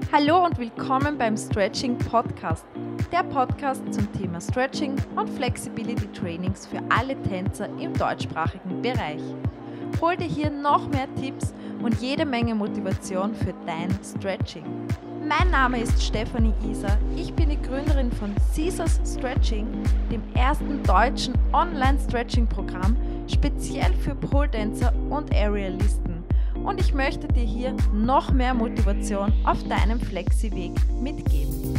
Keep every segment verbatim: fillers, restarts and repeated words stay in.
Hallo und willkommen beim Stretching Podcast, der Podcast zum Thema Stretching und Flexibility Trainings für alle Tänzer im deutschsprachigen Bereich. Hol dir hier noch mehr Tipps und jede Menge Motivation für dein Stretching. Mein Name ist Stefanie Isa, ich bin die Gründerin von Caesars Stretching, dem ersten deutschen Online-Stretching-Programm speziell für Pole-Dancer und Aerialisten. Und ich möchte dir hier noch mehr Motivation auf deinem Flexi-Weg mitgeben.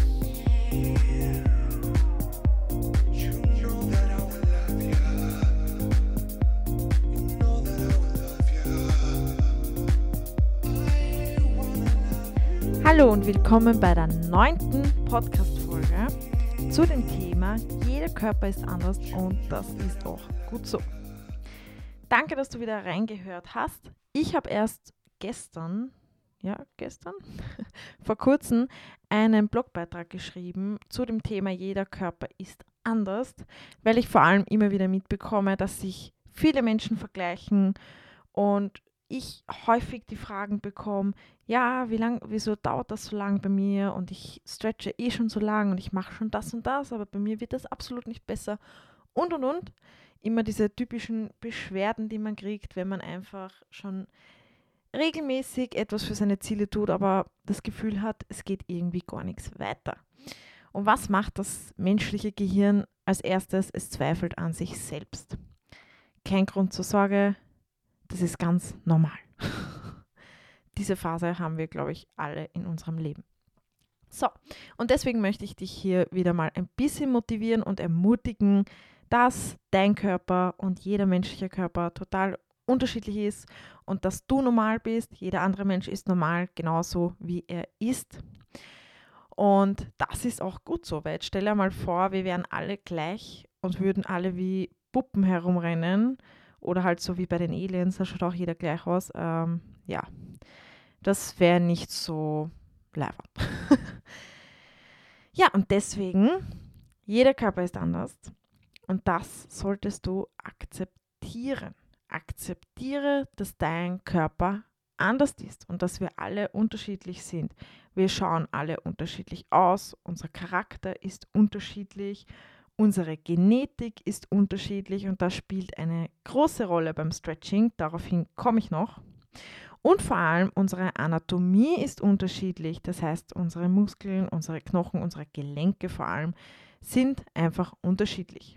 Hallo und willkommen bei der neunten Podcast-Folge zu dem Thema Jeder Körper ist anders und das ist auch gut so. Danke, dass du wieder reingehört hast. Ich habe erst gestern, ja gestern, vor kurzem einen Blogbeitrag geschrieben zu dem Thema Jeder Körper ist anders, weil ich vor allem immer wieder mitbekomme, dass sich viele Menschen vergleichen und ich häufig die Fragen bekomme, ja, wie lang, wieso dauert das so lang bei mir und ich stretche eh schon so lang und ich mache schon das und das, aber bei mir wird das absolut nicht besser und und und. Immer diese typischen Beschwerden, die man kriegt, wenn man einfach schon regelmäßig etwas für seine Ziele tut, aber das Gefühl hat, es geht irgendwie gar nichts weiter. Und was macht das menschliche Gehirn als erstes? Es zweifelt an sich selbst. Kein Grund zur Sorge, das ist ganz normal. Diese Phase haben wir, glaube ich, alle in unserem Leben. So, und deswegen möchte ich dich hier wieder mal ein bisschen motivieren und ermutigen, dass dein Körper und jeder menschliche Körper total unterschiedlich ist und dass du normal bist. Jeder andere Mensch ist normal, genauso wie er ist. Und das ist auch gut so, weil jetzt stell dir mal vor, wir wären alle gleich und würden alle wie Puppen herumrennen oder halt so wie bei den Aliens, da schaut auch jeder gleich aus. Ähm, ja, das wäre nicht so leiwand. Ja, und deswegen, jeder Körper ist anders und das solltest du akzeptieren. Akzeptiere, dass dein Körper anders ist und dass wir alle unterschiedlich sind. Wir schauen alle unterschiedlich aus, unser Charakter ist unterschiedlich, unsere Genetik ist unterschiedlich und das spielt eine große Rolle beim Stretching, daraufhin komme ich noch. Und vor allem unsere Anatomie ist unterschiedlich, das heißt unsere Muskeln, unsere Knochen, unsere Gelenke vor allem sind einfach unterschiedlich.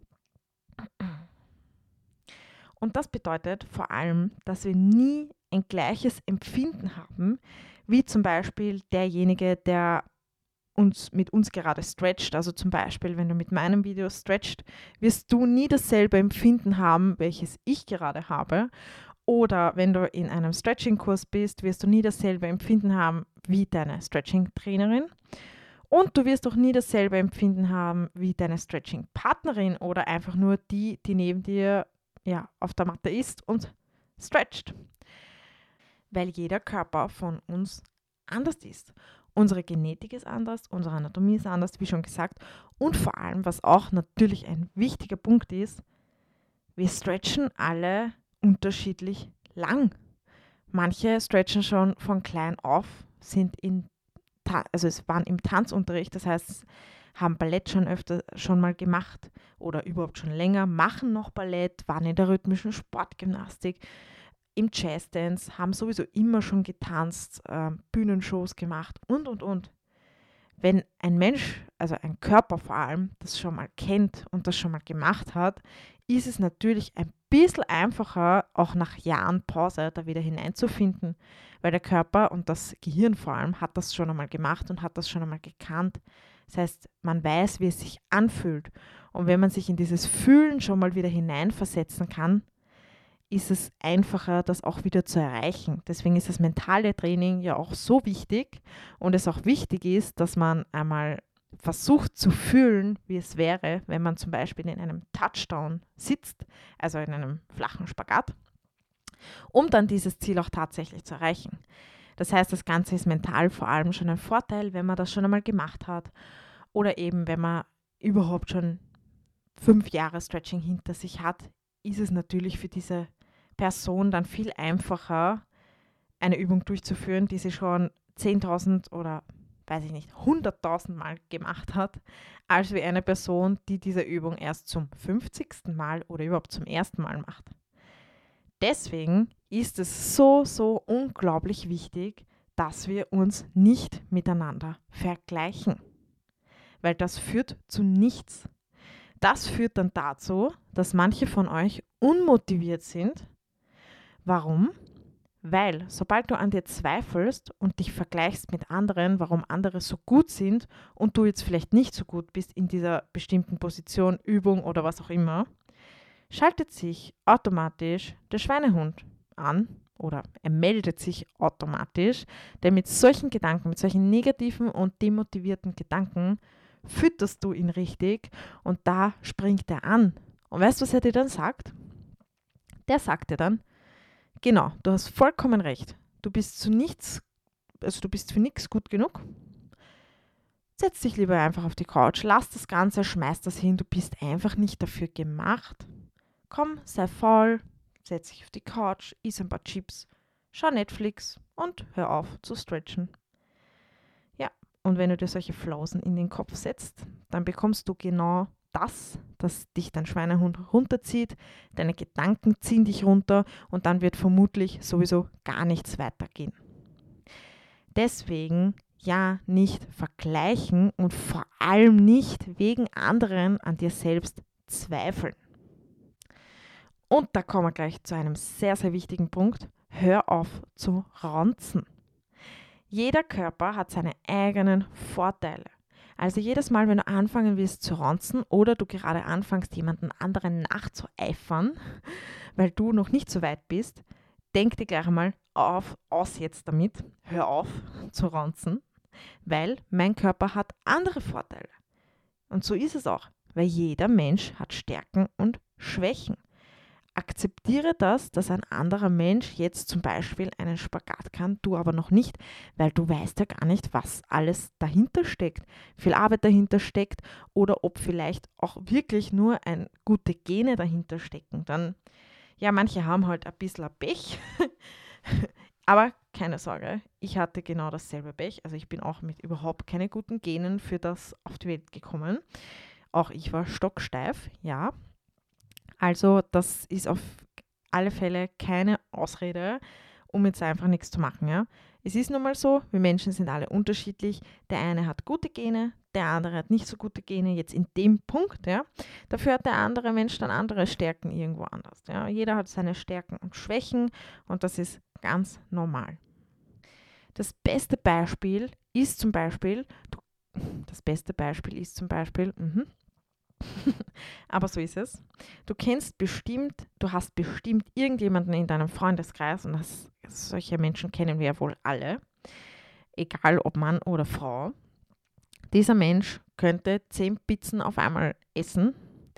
Und das bedeutet vor allem, dass wir nie ein gleiches Empfinden haben, wie zum Beispiel derjenige, der uns mit uns gerade stretcht. Also zum Beispiel, wenn du mit meinem Video stretcht, wirst du nie dasselbe Empfinden haben, welches ich gerade habe. Oder wenn du in einem Stretching-Kurs bist, wirst du nie dasselbe Empfinden haben wie deine Stretching-Trainerin. Und du wirst auch nie dasselbe Empfinden haben wie deine Stretching-Partnerin oder einfach nur die, die neben dir ja, auf der Matte ist und stretcht. Weil jeder Körper von uns anders ist. Unsere Genetik ist anders, unsere Anatomie ist anders, wie schon gesagt. Und vor allem, was auch natürlich ein wichtiger Punkt ist, wir stretchen alle unterschiedlich lang. Manche stretchen schon von klein auf, sind in, also es waren im Tanzunterricht, das heißt, haben Ballett schon öfter schon mal gemacht oder überhaupt schon länger, machen noch Ballett, waren in der rhythmischen Sportgymnastik, im Jazzdance, haben sowieso immer schon getanzt, äh, Bühnenshows gemacht und, und, und. Wenn ein Mensch, also ein Körper vor allem, das schon mal kennt und das schon mal gemacht hat, ist es natürlich ein bisschen einfacher, auch nach Jahren Pause da wieder hineinzufinden, weil der Körper und das Gehirn vor allem hat das schon einmal gemacht und hat das schon einmal gekannt. Das heißt, man weiß, wie es sich anfühlt. Und wenn man sich in dieses Fühlen schon mal wieder hineinversetzen kann, ist es einfacher, das auch wieder zu erreichen. Deswegen ist das mentale Training ja auch so wichtig und es auch wichtig ist, dass man einmal versucht zu fühlen, wie es wäre, wenn man zum Beispiel in einem Touchdown sitzt, also in einem flachen Spagat, um dann dieses Ziel auch tatsächlich zu erreichen. Das heißt, das Ganze ist mental vor allem schon ein Vorteil, wenn man das schon einmal gemacht hat oder eben, wenn man überhaupt schon fünf Jahre Stretching hinter sich hat, ist es natürlich für diese Person dann viel einfacher, eine Übung durchzuführen, die sie schon zehntausend oder weiß ich nicht, hunderttausend Mal gemacht hat, als wie eine Person, die diese Übung erst zum fünfzigsten Mal oder überhaupt zum ersten Mal macht. Deswegen ist es so, so unglaublich wichtig, dass wir uns nicht miteinander vergleichen, weil das führt zu nichts. Das führt dann dazu, dass manche von euch unmotiviert sind. Warum? Weil, sobald du an dir zweifelst und dich vergleichst mit anderen, warum andere so gut sind und du jetzt vielleicht nicht so gut bist in dieser bestimmten Position, Übung oder was auch immer, schaltet sich automatisch der Schweinehund an oder er meldet sich automatisch, denn mit solchen Gedanken, mit solchen negativen und demotivierten Gedanken fütterst du ihn richtig und da springt er an. Und weißt du, was er dir dann sagt? Der sagt dir dann, genau, du hast vollkommen recht. Du bist zu nichts, also du bist für nichts gut genug. Setz dich lieber einfach auf die Couch, lass das Ganze, schmeiß das hin, du bist einfach nicht dafür gemacht. Komm, sei faul, setz dich auf die Couch, iss ein paar Chips, schau Netflix und hör auf zu stretchen. Ja, und wenn du dir solche Flausen in den Kopf setzt, dann bekommst du genau das, das dich dein Schweinehund runterzieht, deine Gedanken ziehen dich runter und dann wird vermutlich sowieso gar nichts weitergehen. Deswegen ja nicht vergleichen und vor allem nicht wegen anderen an dir selbst zweifeln. Und da kommen wir gleich zu einem sehr, sehr wichtigen Punkt. Hör auf zu ranzen. Jeder Körper hat seine eigenen Vorteile. Also jedes Mal, wenn du anfangen willst zu ranzen oder du gerade anfängst, jemanden anderen nachzueifern, weil du noch nicht so weit bist, denk dir gleich einmal auf, aus jetzt damit, hör auf zu ranzen, weil mein Körper hat andere Vorteile. Und so ist es auch, weil jeder Mensch hat Stärken und Schwächen. Akzeptiere das, dass ein anderer Mensch jetzt zum Beispiel einen Spagat kann, du aber noch nicht, weil du weißt ja gar nicht, was alles dahinter steckt, viel Arbeit dahinter steckt oder ob vielleicht auch wirklich nur ein gute Gene dahinter stecken. Dann, ja, manche haben halt ein bisschen Pech, aber keine Sorge, ich hatte genau dasselbe Pech, also ich bin auch mit überhaupt keine guten Genen für das auf die Welt gekommen. Auch ich war stocksteif, ja. Also das ist auf alle Fälle keine Ausrede, um jetzt einfach nichts zu machen. Ja? Es ist nun mal so, wir Menschen sind alle unterschiedlich. Der eine hat gute Gene, der andere hat nicht so gute Gene, jetzt in dem Punkt. Ja? Dafür hat der andere Mensch dann andere Stärken irgendwo anders. Ja? Jeder hat seine Stärken und Schwächen und das ist ganz normal. Das beste Beispiel ist zum Beispiel, das beste Beispiel ist zum Beispiel, mh, aber so ist es. Du kennst bestimmt, du hast bestimmt irgendjemanden in deinem Freundeskreis und das, solche Menschen kennen wir ja wohl alle, egal ob Mann oder Frau. Dieser Mensch könnte zehn Pizzen auf einmal essen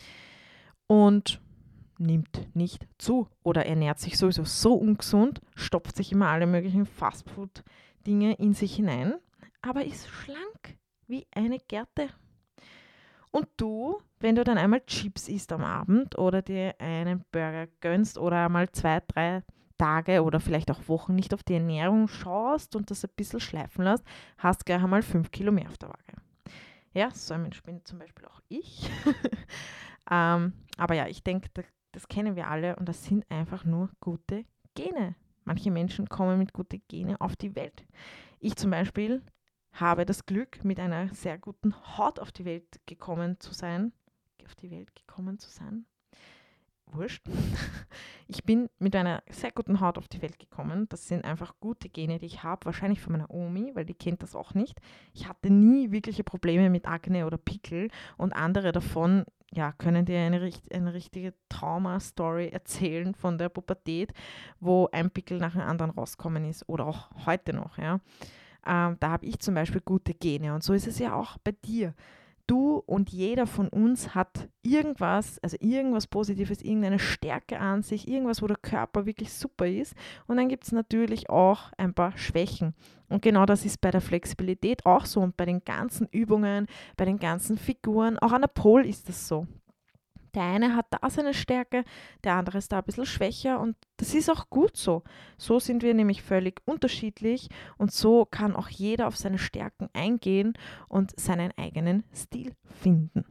und nimmt nicht zu oder ernährt sich sowieso so ungesund, stopft sich immer alle möglichen Fastfood-Dinge in sich hinein, aber ist schlank wie eine Gerte. Und du, wenn du dann einmal Chips isst am Abend oder dir einen Burger gönnst oder einmal zwei, drei Tage oder vielleicht auch Wochen nicht auf die Ernährung schaust und das ein bisschen schleifen lässt, hast gleich einmal fünf Kilo mehr auf der Waage. Ja, so ein Mensch bin zum Beispiel auch ich. ähm, aber ja, ich denke, das, das kennen wir alle und das sind einfach nur gute Gene. Manche Menschen kommen mit guten Genen auf die Welt. Ich zum Beispiel habe das Glück, mit einer sehr guten Haut auf die Welt gekommen zu sein. Auf die Welt gekommen zu sein? Wurscht. Ich bin mit einer sehr guten Haut auf die Welt gekommen. Das sind einfach gute Gene, die ich habe. Wahrscheinlich von meiner Omi, weil die kennt das auch nicht. Ich hatte nie wirkliche Probleme mit Akne oder Pickel und andere davon, ja, können dir eine, eine richtige Trauma-Story erzählen von der Pubertät, wo ein Pickel nach dem anderen rausgekommen ist oder auch heute noch, ja. Ähm, da habe ich zum Beispiel gute Gene und so ist es ja auch bei dir. Du und jeder von uns hat irgendwas, also irgendwas Positives, irgendeine Stärke an sich, irgendwas, wo der Körper wirklich super ist. Und dann gibt es natürlich auch ein paar Schwächen. Und genau das ist bei der Flexibilität auch so und bei den ganzen Übungen, bei den ganzen Figuren, auch an der Pole ist das so. Der eine hat da seine Stärke, der andere ist da ein bisschen schwächer und das ist auch gut so. So sind wir nämlich völlig unterschiedlich und so kann auch jeder auf seine Stärken eingehen und seinen eigenen Stil finden.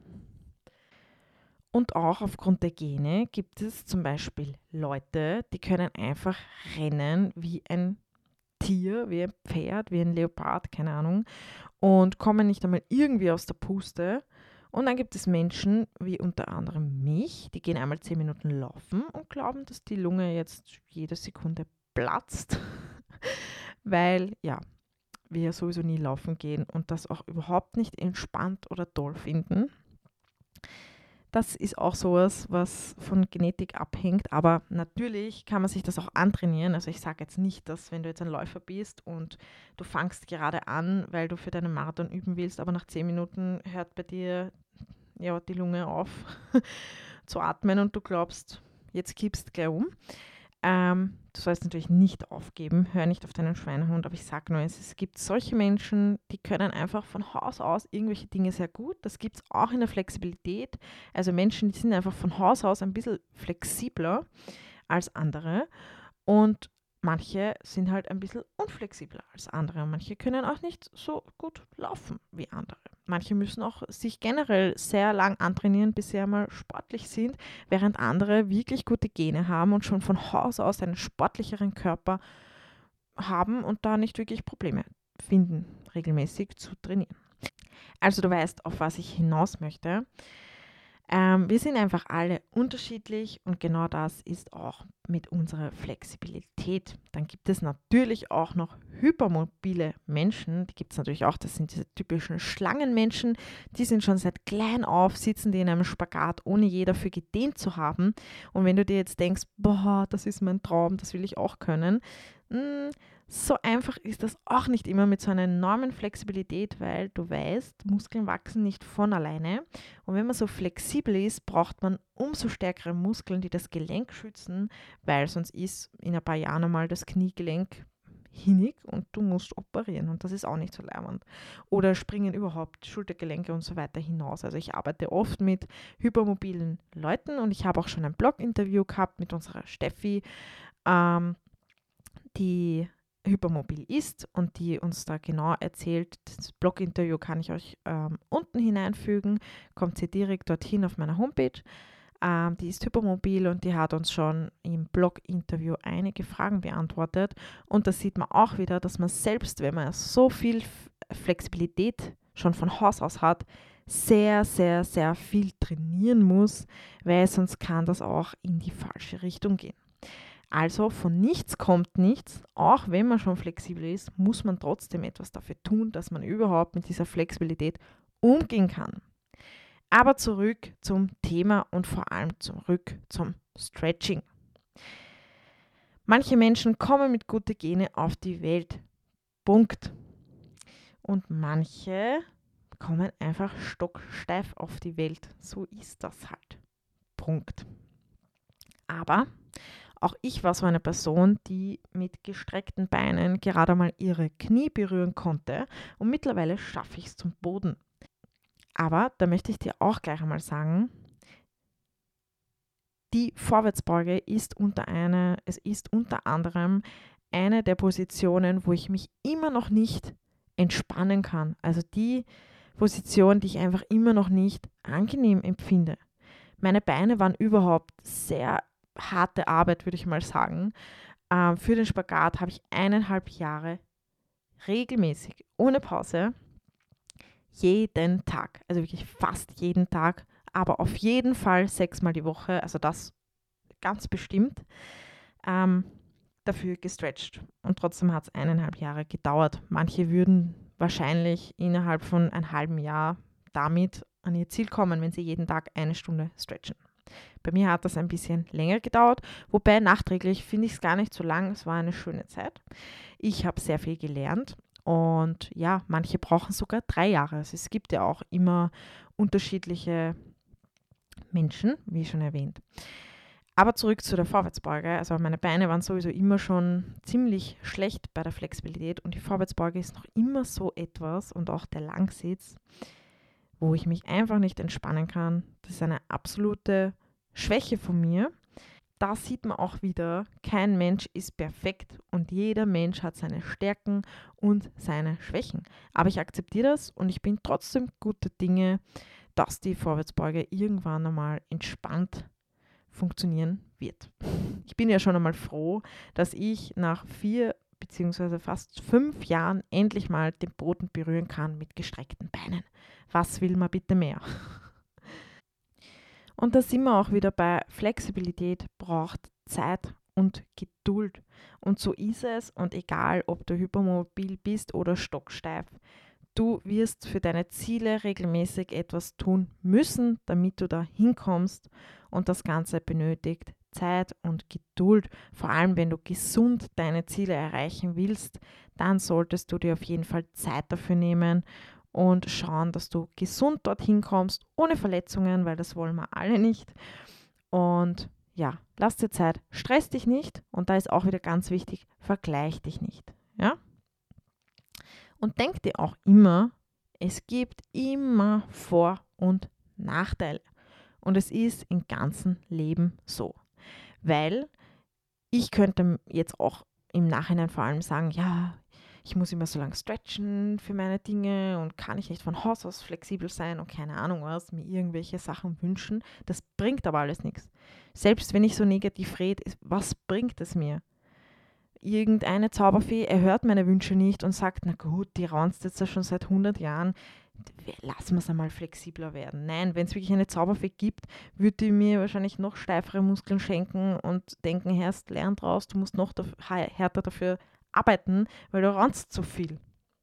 Und auch aufgrund der Gene gibt es zum Beispiel Leute, die können einfach rennen wie ein Tier, wie ein Pferd, wie ein Leopard, keine Ahnung, und kommen nicht einmal irgendwie aus der Puste. Und dann gibt es Menschen, wie unter anderem mich, die gehen einmal zehn Minuten laufen und glauben, dass die Lunge jetzt jede Sekunde platzt, weil ja, wir ja sowieso nie laufen gehen und das auch überhaupt nicht entspannt oder toll finden. Das ist auch sowas, was von Genetik abhängt, aber natürlich kann man sich das auch antrainieren. Also ich sage jetzt nicht, dass wenn du jetzt ein Läufer bist und du fangst gerade an, weil du für deinen Marathon üben willst, aber nach zehn Minuten hört bei dir ja, die Lunge auf zu atmen und du glaubst, jetzt kippst gleich um. Ähm, du sollst natürlich nicht aufgeben, hör nicht auf deinen Schweinehund, aber ich sage nur, es, es gibt solche Menschen, die können einfach von Haus aus irgendwelche Dinge sehr gut. Das gibt es auch in der Flexibilität. Also Menschen, die sind einfach von Haus aus ein bisschen flexibler als andere und manche sind halt ein bisschen unflexibler als andere. Manche können auch nicht so gut laufen wie andere. Manche müssen auch sich generell sehr lang antrainieren, bis sie einmal sportlich sind, während andere wirklich gute Gene haben und schon von Haus aus einen sportlicheren Körper haben und da nicht wirklich Probleme finden, regelmäßig zu trainieren. Also du weißt, auf was ich hinaus möchte. Ähm, wir sind einfach alle unterschiedlich und genau das ist auch mit unserer Flexibilität. Dann gibt es natürlich auch noch hypermobile Menschen, die gibt es natürlich auch, das sind diese typischen Schlangenmenschen, die sind schon seit klein auf, sitzen die in einem Spagat, ohne je dafür gedehnt zu haben. Und wenn du dir jetzt denkst, boah, das ist mein Traum, das will ich auch können, mh, so einfach ist das auch nicht immer mit so einer enormen Flexibilität, weil du weißt, Muskeln wachsen nicht von alleine. Und wenn man so flexibel ist, braucht man umso stärkere Muskeln, die das Gelenk schützen, weil sonst ist in ein paar Jahren einmal das Kniegelenk hinig und du musst operieren und das ist auch nicht so leibend. Oder springen überhaupt Schultergelenke und so weiter hinaus. Also ich arbeite oft mit hypermobilen Leuten und ich habe auch schon ein Blog-Interview gehabt mit unserer Steffi, ähm, die hypermobil ist und die uns da genau erzählt. Das Blog-Interview kann ich euch ähm, unten hineinfügen. Kommt sie direkt dorthin auf meiner Homepage. Ähm, die ist hypermobil und die hat uns schon im Blog-Interview einige Fragen beantwortet. Und da sieht man auch wieder, dass man selbst, wenn man so viel Flexibilität schon von Haus aus hat, sehr, sehr, sehr viel trainieren muss, weil sonst kann das auch in die falsche Richtung gehen. Also von nichts kommt nichts. Auch wenn man schon flexibel ist, muss man trotzdem etwas dafür tun, dass man überhaupt mit dieser Flexibilität umgehen kann. Aber zurück zum Thema und vor allem zurück zum Stretching. Manche Menschen kommen mit guten Gene auf die Welt. Punkt. Und manche kommen einfach stocksteif auf die Welt. So ist das halt. Punkt. Aber auch ich war so eine Person, die mit gestreckten Beinen gerade mal ihre Knie berühren konnte und mittlerweile schaffe ich es zum Boden. Aber da möchte ich dir auch gleich einmal sagen, die Vorwärtsbeuge ist unter eine, es ist unter anderem eine der Positionen, wo ich mich immer noch nicht entspannen kann. Also die Position, die ich einfach immer noch nicht angenehm empfinde. Meine Beine waren überhaupt sehr harte Arbeit, würde ich mal sagen. Ähm, für den Spagat habe ich eineinhalb Jahre regelmäßig, ohne Pause, jeden Tag, also wirklich fast jeden Tag, aber auf jeden Fall sechsmal die Woche, also das ganz bestimmt, ähm, dafür gestretcht. Und trotzdem hat es eineinhalb Jahre gedauert. Manche würden wahrscheinlich innerhalb von einem halben Jahr damit an ihr Ziel kommen, wenn sie jeden Tag eine Stunde stretchen. Bei mir hat das ein bisschen länger gedauert, wobei nachträglich finde ich es gar nicht so lang. Es war eine schöne Zeit. Ich habe sehr viel gelernt und ja, manche brauchen sogar drei Jahre. Also es gibt ja auch immer unterschiedliche Menschen, wie schon erwähnt. Aber zurück zu der Vorwärtsbeuge. Also meine Beine waren sowieso immer schon ziemlich schlecht bei der Flexibilität und die Vorwärtsbeuge ist noch immer so etwas und auch der Langsitz, wo ich mich einfach nicht entspannen kann. Das ist eine absolute Schwäche von mir. Da sieht man auch wieder, kein Mensch ist perfekt und jeder Mensch hat seine Stärken und seine Schwächen. Aber ich akzeptiere das und ich bin trotzdem guter Dinge, dass die Vorwärtsbeuge irgendwann einmal entspannt funktionieren wird. Ich bin ja schon einmal froh, dass ich nach vier bzw. fast fünf Jahren endlich mal den Boden berühren kann mit gestreckten Beinen. Was will man bitte mehr? Und da sind wir auch wieder bei Flexibilität braucht Zeit und Geduld. Und so ist es und egal, ob du hypermobil bist oder stocksteif, du wirst für deine Ziele regelmäßig etwas tun müssen, damit du da hinkommst und das Ganze benötigt Zeit und Geduld. Vor allem, wenn du gesund deine Ziele erreichen willst, dann solltest du dir auf jeden Fall Zeit dafür nehmen und schauen, dass du gesund dorthin kommst, ohne Verletzungen, weil das wollen wir alle nicht. Und ja, lass dir Zeit, stress dich nicht und da ist auch wieder ganz wichtig, vergleich dich nicht. Ja? Und denk dir auch immer, es gibt immer Vor- und Nachteile. Und es ist im ganzen Leben so. Weil ich könnte jetzt auch im Nachhinein vor allem sagen, ja, ich muss immer so lange stretchen für meine Dinge und kann ich nicht von Haus aus flexibel sein und keine Ahnung was, mir irgendwelche Sachen wünschen. Das bringt aber alles nichts. Selbst wenn ich so negativ rede, was bringt es mir? Irgendeine Zauberfee erhört meine Wünsche nicht und sagt, na gut, die raunzt jetzt ja schon seit hundert Jahren, lassen wir es einmal flexibler werden. Nein, wenn es wirklich eine Zauberfee gibt, würde die mir wahrscheinlich noch steifere Muskeln schenken und denken, Herrst, lern draus, du musst noch dafür, härter dafür arbeiten, weil du raunzt zu viel.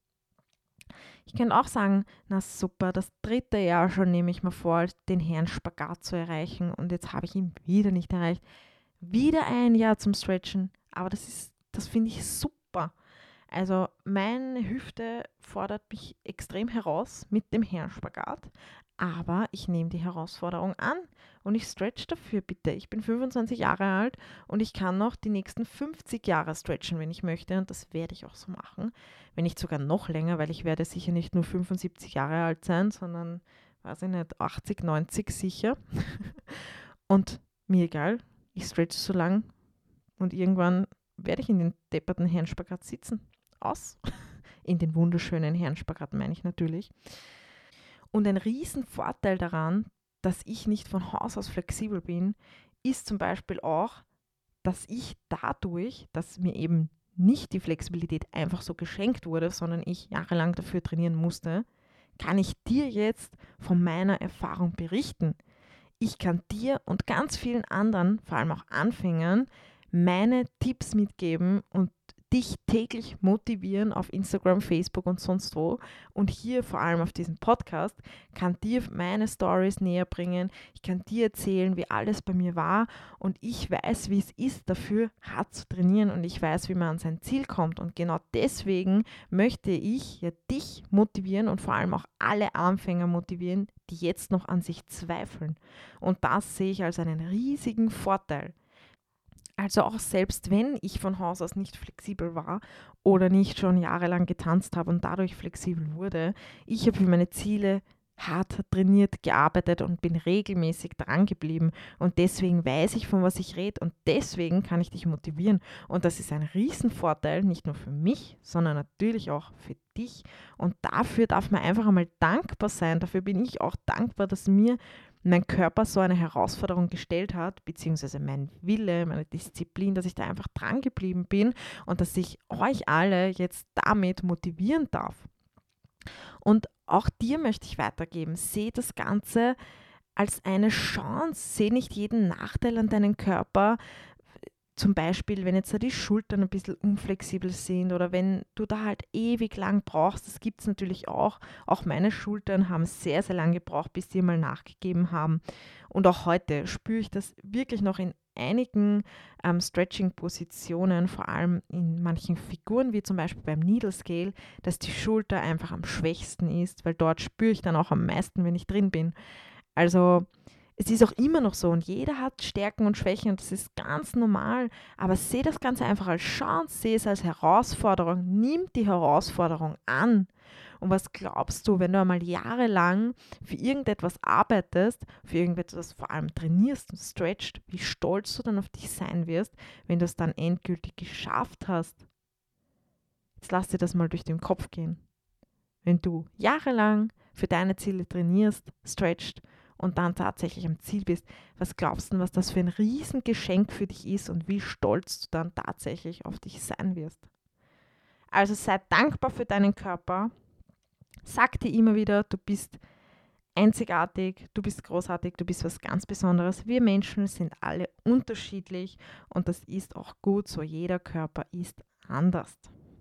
Ich könnte auch sagen, na super, das dritte Jahr schon nehme ich mir vor, den Herrn Spagat zu erreichen und jetzt habe ich ihn wieder nicht erreicht. Wieder ein Jahr zum Stretchen, aber das ist, das finde ich super. Also meine Hüfte fordert mich extrem heraus mit dem Herrenspagat, aber ich nehme die Herausforderung an und ich stretch dafür bitte. Ich bin fünfundzwanzig Jahre alt und ich kann noch die nächsten fünfzig Jahre stretchen, wenn ich möchte und das werde ich auch so machen. Wenn nicht sogar noch länger, weil ich werde sicher nicht nur fünfundsiebzig Jahre alt sein, sondern, weiß ich nicht, achtzig, neunzig sicher. Und mir egal, ich stretch so lang und irgendwann werde ich in den depperten Herrenspagat sitzen. Aus. In den wunderschönen Herrenspagat meine ich natürlich. Und ein Riesenvorteil daran, dass ich nicht von Haus aus flexibel bin, ist zum Beispiel auch, dass ich dadurch, dass mir eben nicht die Flexibilität einfach so geschenkt wurde, sondern ich jahrelang dafür trainieren musste, kann ich dir jetzt von meiner Erfahrung berichten. Ich kann dir und ganz vielen anderen, vor allem auch Anfängern, meine Tipps mitgeben und dich täglich motivieren auf Instagram, Facebook und sonst wo. Und hier vor allem auf diesem Podcast kann dir meine Stories näher bringen. Ich kann dir erzählen, wie alles bei mir war und ich weiß, wie es ist, dafür hart zu trainieren und ich weiß, wie man an sein Ziel kommt. Und genau deswegen möchte ich ja dich motivieren und vor allem auch alle Anfänger motivieren, die jetzt noch an sich zweifeln. Und das sehe ich als einen riesigen Vorteil. Also auch selbst wenn ich von Haus aus nicht flexibel war oder nicht schon jahrelang getanzt habe und dadurch flexibel wurde, ich habe für meine Ziele hart trainiert, gearbeitet und bin regelmäßig dran geblieben und deswegen weiß ich, von was ich rede und deswegen kann ich dich motivieren und das ist ein Riesenvorteil, nicht nur für mich, sondern natürlich auch für dich und dafür darf man einfach einmal dankbar sein, dafür bin ich auch dankbar, dass mir mein Körper so eine Herausforderung gestellt hat, beziehungsweise mein Wille, meine Disziplin, dass ich da einfach dran geblieben bin und dass ich euch alle jetzt damit motivieren darf. Und auch dir möchte ich weitergeben, seh das Ganze als eine Chance, seh nicht jeden Nachteil an deinem Körper, zum Beispiel, wenn jetzt da die Schultern ein bisschen unflexibel sind oder wenn du da halt ewig lang brauchst, das gibt es natürlich auch. Auch meine Schultern haben sehr, sehr lange gebraucht, bis die mal nachgegeben haben. Und auch heute spüre ich das wirklich noch in einigen ähm, Stretching-Positionen, vor allem in manchen Figuren, wie zum Beispiel beim Needle Scale, dass die Schulter einfach am schwächsten ist, weil dort spüre ich dann auch am meisten, wenn ich drin bin. Also Es ist auch immer noch so und jeder hat Stärken und Schwächen und das ist ganz normal. Aber sehe das Ganze einfach als Chance, sehe es als Herausforderung, nimm die Herausforderung an. Und was glaubst du, wenn du einmal jahrelang für irgendetwas arbeitest, für irgendetwas vor allem trainierst und stretchst, wie stolz du dann auf dich sein wirst, wenn du es dann endgültig geschafft hast? Jetzt lass dir das mal durch den Kopf gehen. Wenn du jahrelang für deine Ziele trainierst, stretchst und dann tatsächlich am Ziel bist, was glaubst du, was das für ein Riesengeschenk für dich ist und wie stolz du dann tatsächlich auf dich sein wirst? Also sei dankbar für deinen Körper. Sag dir immer wieder, du bist einzigartig, du bist großartig, du bist was ganz Besonderes. Wir Menschen sind alle unterschiedlich und das ist auch gut so. Jeder Körper ist anders.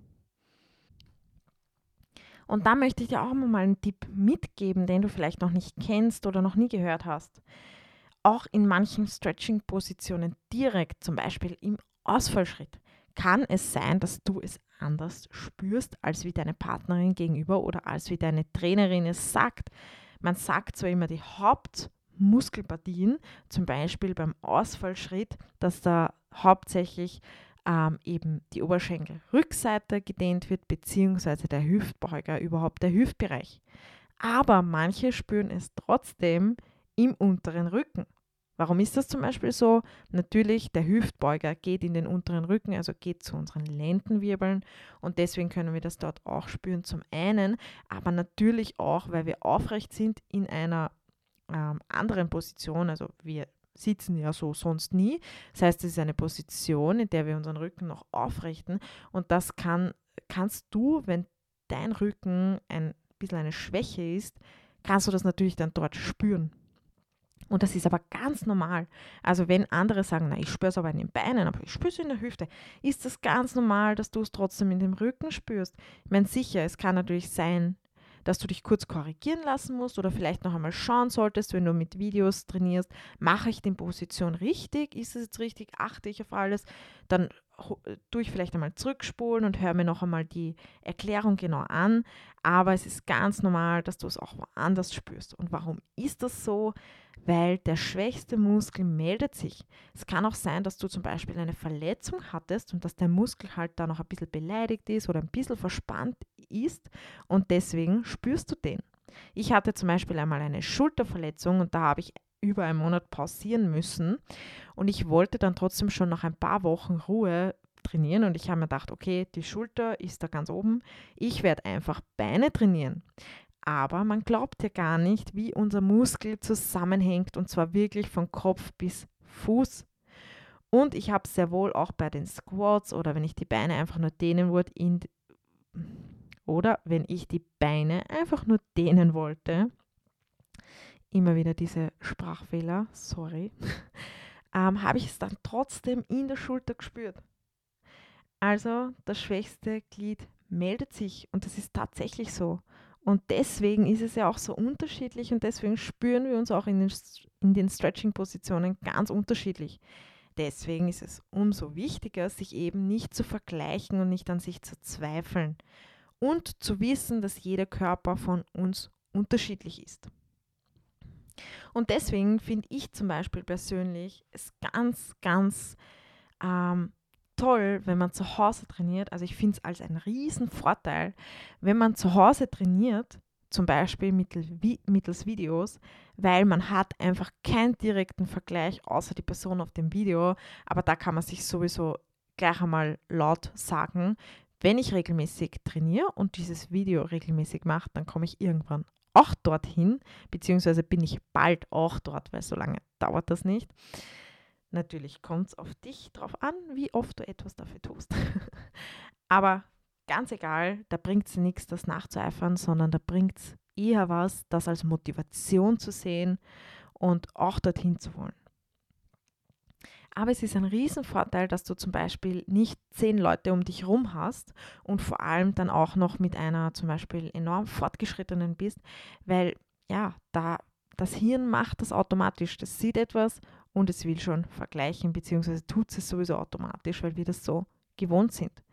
Und da möchte ich dir auch mal einen Tipp mitgeben, den du vielleicht noch nicht kennst oder noch nie gehört hast. Auch in manchen Stretching-Positionen direkt, zum Beispiel im Ausfallschritt, kann es sein, dass du es anders spürst, als wie deine Partnerin gegenüber oder als wie deine Trainerin es sagt. Man sagt zwar immer die Hauptmuskelpartien, zum Beispiel beim Ausfallschritt, dass da hauptsächlich ähm, eben die Oberschenkelrückseite gedehnt wird, beziehungsweise der Hüftbeuger, überhaupt der Hüftbereich. Aber manche spüren es trotzdem im unteren Rücken. Warum ist das zum Beispiel so? Natürlich, der Hüftbeuger geht in den unteren Rücken, also geht zu unseren Lendenwirbeln und deswegen können wir das dort auch spüren zum einen, aber natürlich auch, weil wir aufrecht sind in einer ähm, anderen Position, also wir sitzen ja so sonst nie. Das heißt, es ist eine Position, in der wir unseren Rücken noch aufrichten und das kann, kannst du, wenn dein Rücken ein bisschen eine Schwäche ist, kannst du das natürlich dann dort spüren. Und das ist aber ganz normal. Also wenn andere sagen, na, ich spüre es aber in den Beinen, aber ich spüre es in der Hüfte, ist das ganz normal, dass du es trotzdem in dem Rücken spürst. Ich meine, sicher, es kann natürlich sein, dass du dich kurz korrigieren lassen musst oder vielleicht noch einmal schauen solltest, wenn du mit Videos trainierst, mache ich die Position richtig, ist es jetzt richtig, achte ich auf alles, dann tue ich vielleicht einmal zurückspulen und höre mir noch einmal die Erklärung genau an, aber es ist ganz normal, dass du es auch woanders spürst. Und warum ist das so? Weil der schwächste Muskel meldet sich. Es kann auch sein, dass du zum Beispiel eine Verletzung hattest und dass der Muskel halt da noch ein bisschen beleidigt ist oder ein bisschen verspannt ist und deswegen spürst du den. Ich hatte zum Beispiel einmal eine Schulterverletzung und da habe ich über einen Monat pausieren müssen und ich wollte dann trotzdem schon nach ein paar Wochen Ruhe trainieren und ich habe mir gedacht, okay, die Schulter ist da ganz oben, ich werde einfach Beine trainieren. Aber man glaubt ja gar nicht, wie unser Muskel zusammenhängt und zwar wirklich von Kopf bis Fuß. Und ich habe sehr wohl auch bei den Squats oder wenn ich die Beine einfach nur dehnen wollte, in, oder wenn ich die Beine einfach nur dehnen wollte, immer wieder diese Sprachfehler, sorry, ähm, habe ich es dann trotzdem in der Schulter gespürt. Also das schwächste Glied meldet sich und das ist tatsächlich so. Und deswegen ist es ja auch so unterschiedlich und deswegen spüren wir uns auch in den, in den Stretching-Positionen ganz unterschiedlich. Deswegen ist es umso wichtiger, sich eben nicht zu vergleichen und nicht an sich zu zweifeln und zu wissen, dass jeder Körper von uns unterschiedlich ist. Und deswegen finde ich zum Beispiel persönlich es ganz, ganz ähm, toll, wenn man zu Hause trainiert. Also ich finde es als einen riesen Vorteil, wenn man zu Hause trainiert, zum Beispiel mittels Videos, weil man hat einfach keinen direkten Vergleich außer die Person auf dem Video, aber da kann man sich sowieso gleich einmal laut sagen, wenn ich regelmäßig trainiere und dieses Video regelmäßig mache, dann komme ich irgendwann auch dorthin, beziehungsweise bin ich bald auch dort, weil so lange dauert das nicht. Natürlich kommt es auf dich drauf an, wie oft du etwas dafür tust. Aber ganz egal, da bringt es nichts, das nachzueifern, sondern da bringt es eher was, das als Motivation zu sehen und auch dorthin zu wollen. Aber es ist ein Riesenvorteil, dass du zum Beispiel nicht zehn Leute um dich herum hast und vor allem dann auch noch mit einer zum Beispiel enorm fortgeschrittenen bist, weil ja, da das Hirn macht das automatisch. Das sieht etwas und es will schon vergleichen, beziehungsweise tut es sowieso automatisch, weil wir das so gewohnt sind.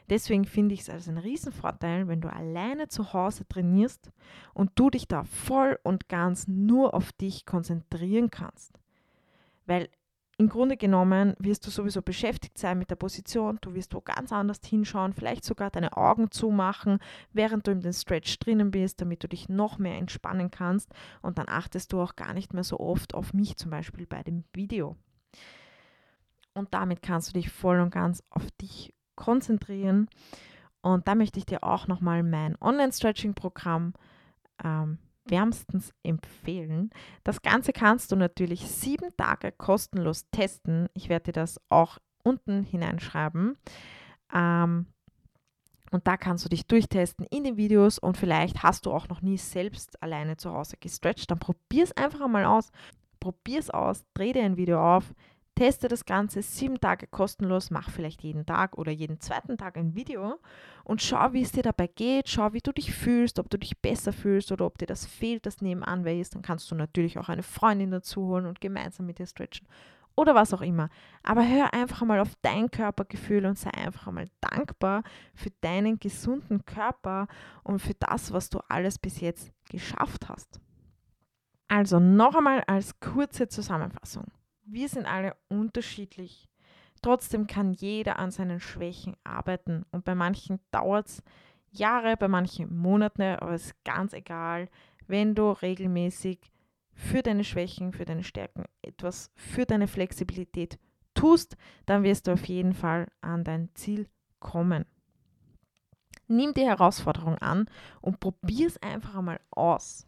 Deswegen finde ich es als einen Riesenvorteil, wenn du alleine zu Hause trainierst und du dich da voll und ganz nur auf dich konzentrieren kannst. Weil im Grunde genommen wirst du sowieso beschäftigt sein mit der Position, du wirst wo ganz anders hinschauen, vielleicht sogar deine Augen zumachen, während du in den Stretch drinnen bist, damit du dich noch mehr entspannen kannst und dann achtest du auch gar nicht mehr so oft auf mich, zum Beispiel bei dem Video. Und damit kannst du dich voll und ganz auf dich konzentrieren. Und da möchte ich dir auch nochmal mein Online-Stretching-Programm ähm, wärmstens empfehlen. Das Ganze kannst du natürlich sieben Tage kostenlos testen. Ich werde dir das auch unten hineinschreiben. Ähm, und da kannst du dich durchtesten in den Videos und vielleicht hast du auch noch nie selbst alleine zu Hause gestretcht. Dann probier es einfach einmal aus. Probier es aus, dreh dir ein Video auf, teste das Ganze sieben Tage kostenlos, mach vielleicht jeden Tag oder jeden zweiten Tag ein Video und schau, wie es dir dabei geht, schau, wie du dich fühlst, ob du dich besser fühlst oder ob dir das fehlt, das nebenan wer ist. Dann kannst du natürlich auch eine Freundin dazu holen und gemeinsam mit dir stretchen oder was auch immer. Aber hör einfach einmal auf dein Körpergefühl und sei einfach einmal dankbar für deinen gesunden Körper und für das, was du alles bis jetzt geschafft hast. Also noch einmal als kurze Zusammenfassung. Wir sind alle unterschiedlich. Trotzdem kann jeder an seinen Schwächen arbeiten. Und bei manchen dauert es Jahre, bei manchen Monate, aber es ist ganz egal, wenn du regelmäßig für deine Schwächen, für deine Stärken etwas für deine Flexibilität tust, dann wirst du auf jeden Fall an dein Ziel kommen. Nimm die Herausforderung an und probier es einfach einmal aus.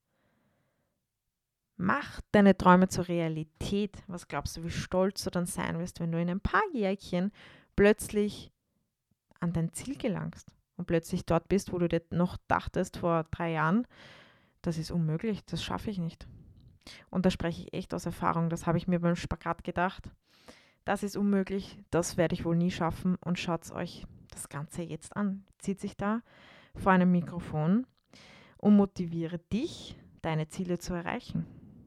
Mach deine Träume zur Realität. Was glaubst du, wie stolz du dann sein wirst, wenn du in ein paar Jährchen plötzlich an dein Ziel gelangst und plötzlich dort bist, wo du dir noch dachtest vor drei Jahren, das ist unmöglich, das schaffe ich nicht. Und da spreche ich echt aus Erfahrung, das habe ich mir beim Spagat gedacht. Das ist unmöglich, das werde ich wohl nie schaffen und schaut euch das Ganze jetzt an. Zieht sich da vor einem Mikrofon und motiviere dich, deine Ziele zu erreichen.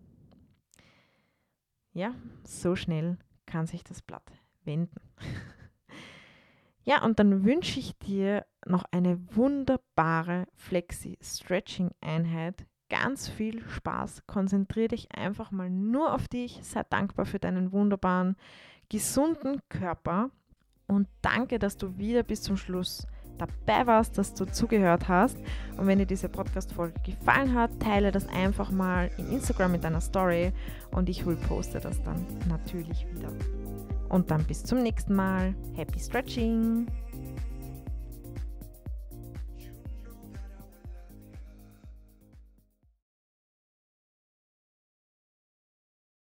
Ja, so schnell kann sich das Blatt wenden. Ja, und dann wünsche ich dir noch eine wunderbare Flexi-Stretching-Einheit. Ganz viel Spaß. Konzentriere dich einfach mal nur auf dich. Sei dankbar für deinen wunderbaren, gesunden Körper. Und danke, dass du wieder bis zum Schluss dabei warst, dass du zugehört hast. Und wenn dir diese Podcast-Folge gefallen hat, teile das einfach mal in Instagram mit deiner Story und ich reposte das dann natürlich wieder. Und dann bis zum nächsten Mal. Happy Stretching!